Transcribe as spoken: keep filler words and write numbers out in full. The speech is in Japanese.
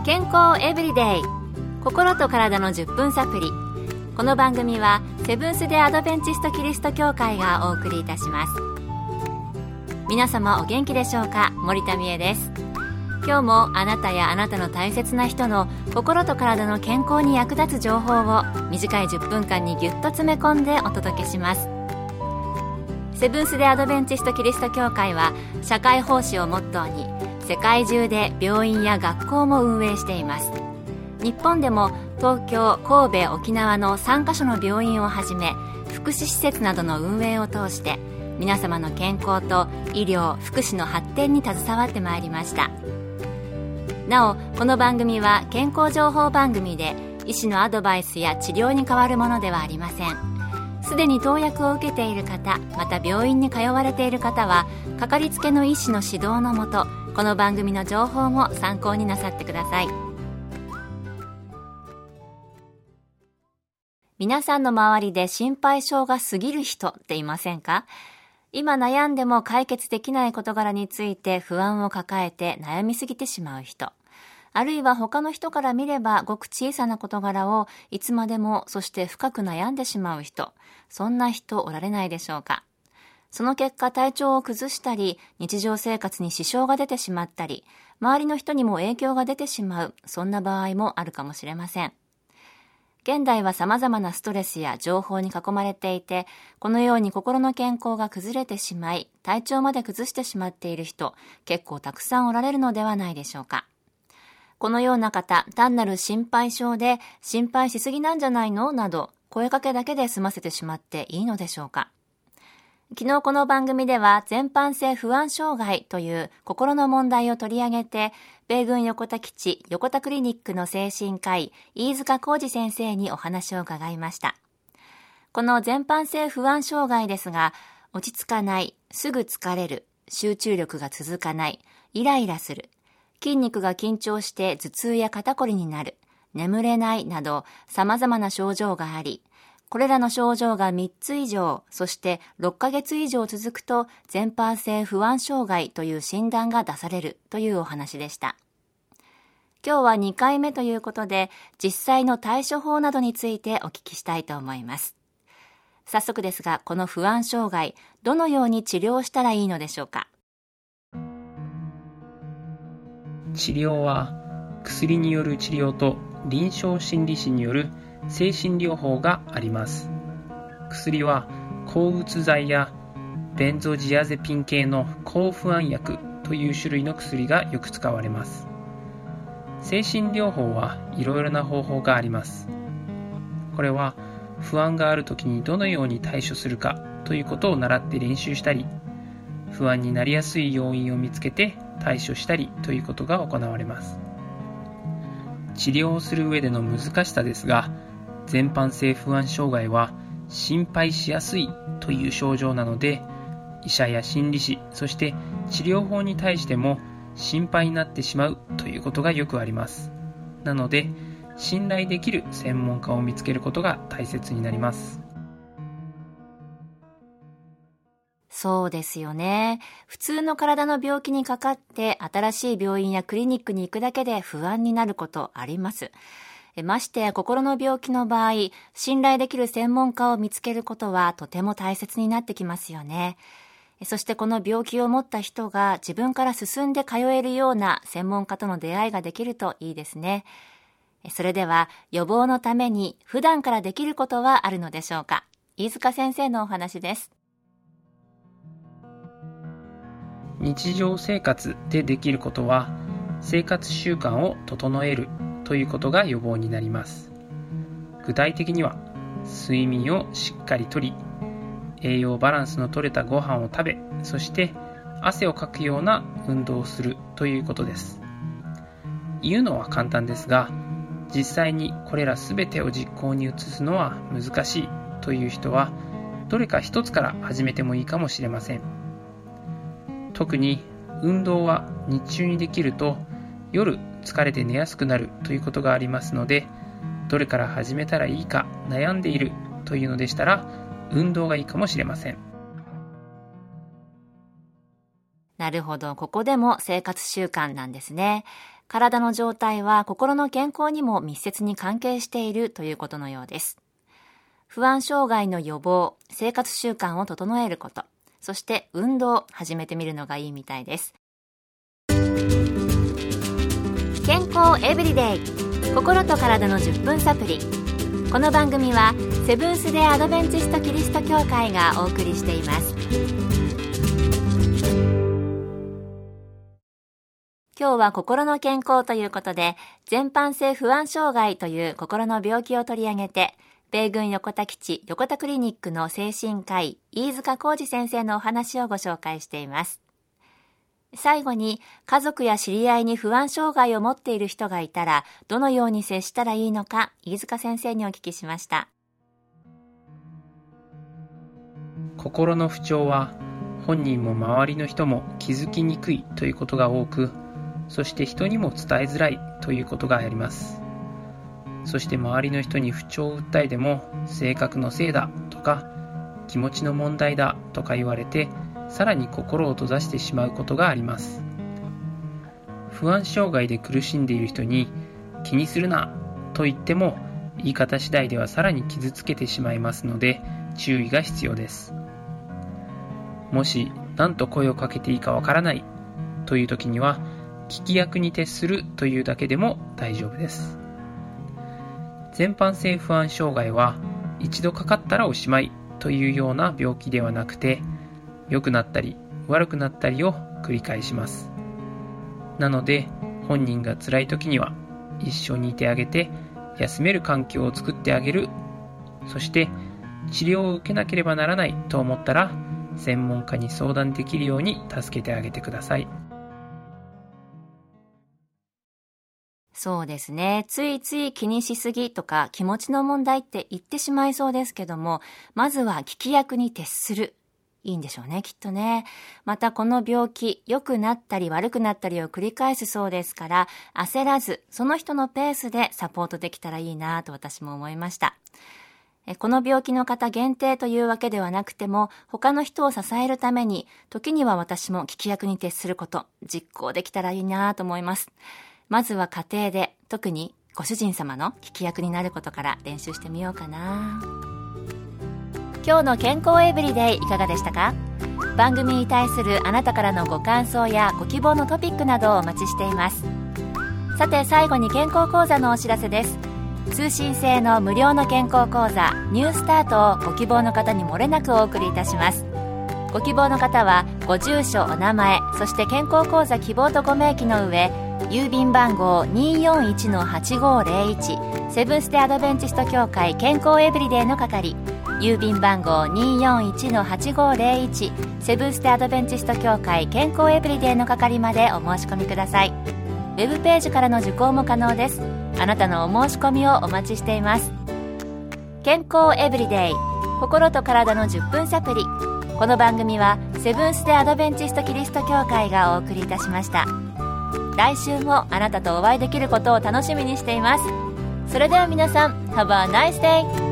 健康エブリデイ、心と体のじゅっぷんサプリ。この番組はセブンス・デ・アドベンチスト・キリスト教会がお送りいたします。皆様お元気でしょうか。森田美恵です。今日もあなたやあなたの大切な人の心と体の健康に役立つ情報を短いじゅっぷんかんにぎゅっと詰め込んでお届けします。セブンス・デ・アドベンチスト・キリスト教会は社会奉仕をモットーに世界中で病院や学校も運営しています。日本でも東京、神戸、沖縄のさんカ所の病院をはじめ福祉施設などの運営を通して皆様の健康と医療・福祉の発展に携わってまいりました。なお、この番組は健康情報番組で医師のアドバイスや治療に代わるものではありません。すでに投薬を受けている方、また病院に通われている方はかかりつけの医師の指導のもと、この番組の情報も参考になさってください。皆さんの周りで心配性が過ぎる人っていませんか？今悩んでも解決できない事柄について不安を抱えて悩みすぎてしまう人、あるいは他の人から見ればごく小さな事柄をいつまでも、そして深く悩んでしまう人、そんな人おられないでしょうか。その結果、体調を崩したり、日常生活に支障が出てしまったり、周りの人にも影響が出てしまう、そんな場合もあるかもしれません。現代は様々なストレスや情報に囲まれていて、このように心の健康が崩れてしまい、体調まで崩してしまっている人、結構たくさんおられるのではないでしょうか。このような方、単なる心配性で心配しすぎなんじゃないのなど、声かけだけで済ませてしまっていいのでしょうか。昨日この番組では全般性不安障害という心の問題を取り上げて、米軍横田基地横田クリニックの精神科医飯塚浩二先生にお話を伺いました。この全般性不安障害ですが、落ち着かない、すぐ疲れる、集中力が続かない、イライラする、筋肉が緊張して頭痛や肩こりになる、眠れないなど様々な症状があり、これらの症状がみっつ以上、そしてろっかげつ以上続くと全般性不安障害という診断が出されるというお話でした。今日はにかいめということで、実際の対処法などについてお聞きしたいと思います。早速ですが、この不安障害、どのように治療したらいいのでしょうか。 治療は薬による治療と臨床心理士による精神療法があります。薬は抗うつ剤やベンゾジアゼピン系の抗不安薬という種類の薬がよく使われます。精神療法はいろいろな方法があります。これは不安があるときにどのように対処するかということを習って練習したり、不安になりやすい要因を見つけて対処したりということが行われます。治療をする上での難しさですが、全般性不安障害は心配しやすいという症状なので、医者や心理士、そして治療法に対しても心配になってしまうということがよくあります。なので、信頼できる専門家を見つけることが大切になります。 そうですよね。普通の体の病気にかかって新しい病院やクリニックに行くだけで不安になることあります。ましてや心の病気の場合、信頼できる専門家を見つけることはとても大切になってきますよね。そしてこの病気を持った人が自分から進んで通えるような専門家との出会いができるといいですね。それでは予防のために普段からできることはあるのでしょうか。飯塚先生のお話です。 日常生活でできることは、生活習慣を整えるということが予防になります。具体的には、睡眠をしっかりとり、栄養バランスの取れたご飯を食べ、そして汗をかくような運動をするということです。言うのは簡単ですが、実際にこれらすべてを実行に移すのは難しいという人は、どれか一つから始めてもいいかもしれません。特に運動は日中にできると夜疲れて寝やすくなるということがありますので、どれから始めたらいいか悩んでいるというのでしたら運動がいいかもしれません。 なるほど、ここでも生活習慣なんですね。 体の状態は心の健康にも密接に関係しているということのようです。不安障害の予防、生活習慣を整えること、そして運動を始めてみるのがいいみたいです。健康エブリデイ、心と体のじゅっぷんサプリ。この番組はセブンス・デ・アドベンチスト・キリスト教会がお送りしています。今日は心の健康ということで、全般性不安障害という心の病気を取り上げて、米軍横田基地横田クリニックの精神科医飯塚浩二先生のお話をご紹介しています。最後に、家族や知り合いに不安障害を持っている人がいたらどのように接したらいいのか、飯塚先生にお聞きしました。 心の不調は本人も周りの人も気づきにくいということが多く、そして人にも伝えづらいということがあります。そして周りの人に不調を訴えても、性格のせいだとか気持ちの問題だとか言われて、さらに心を閉ざしてしまうことがあります。不安障害で苦しんでいる人に気にするなと言っても、言い方次第ではさらに傷つけてしまいますので、注意が必要です。もし何と声をかけていいかわからないという時には、聞き役に徹するというだけでも大丈夫です。全般性不安障害は一度かかったらおしまいというような病気ではなくて、良くなったり悪くなったりを繰り返します。なので本人が辛い時には一緒にいてあげて、休める環境を作ってあげる。そして治療を受けなければならないと思ったら、専門家に相談できるように助けてあげてください。 そうですね。ついつい気にしすぎとか気持ちの問題って言ってしまいそうですけども、まずは聞き役に徹する。いいんでしょうね、きっとね。またこの病気、良くなったり悪くなったりを繰り返すそうですから、焦らずその人のペースでサポートできたらいいなと私も思いました。この病気の方限定というわけではなくても、他の人を支えるために、時には私も聞き役に徹すること、実行できたらいいなと思います。まずは家庭で、特にご主人様の聞き役になることから練習してみようかな。今日の健康エブリデイいかがでしたか？番組に対するあなたからのご感想やご希望のトピックなどをお待ちしています。さて最後に健康講座のお知らせです。通信制の無料の健康講座ニュースタートをご希望の方に漏れなくお送りいたします。ご希望の方はご住所、お名前、そして健康講座希望とご明記の上、郵便番号 にーよんいちのはちごーぜろいち セブンス・デ・アドベンチスト協会健康エブリデイの係、郵便番号 にーよんいちのはちごーぜろいち セブンス・デ・アドベンチスト協会健康エブリデイの係までお申し込みください。ウェブページからの受講も可能です。あなたのお申し込みをお待ちしています。健康エブリデイ、心と体のじゅっぷんサプリ。この番組はセブンス・デ・アドベンチスト・キリスト教会がお送りいたしました。来週もあなたとお会いできることを楽しみにしています。それでは皆さん、Have a nice day!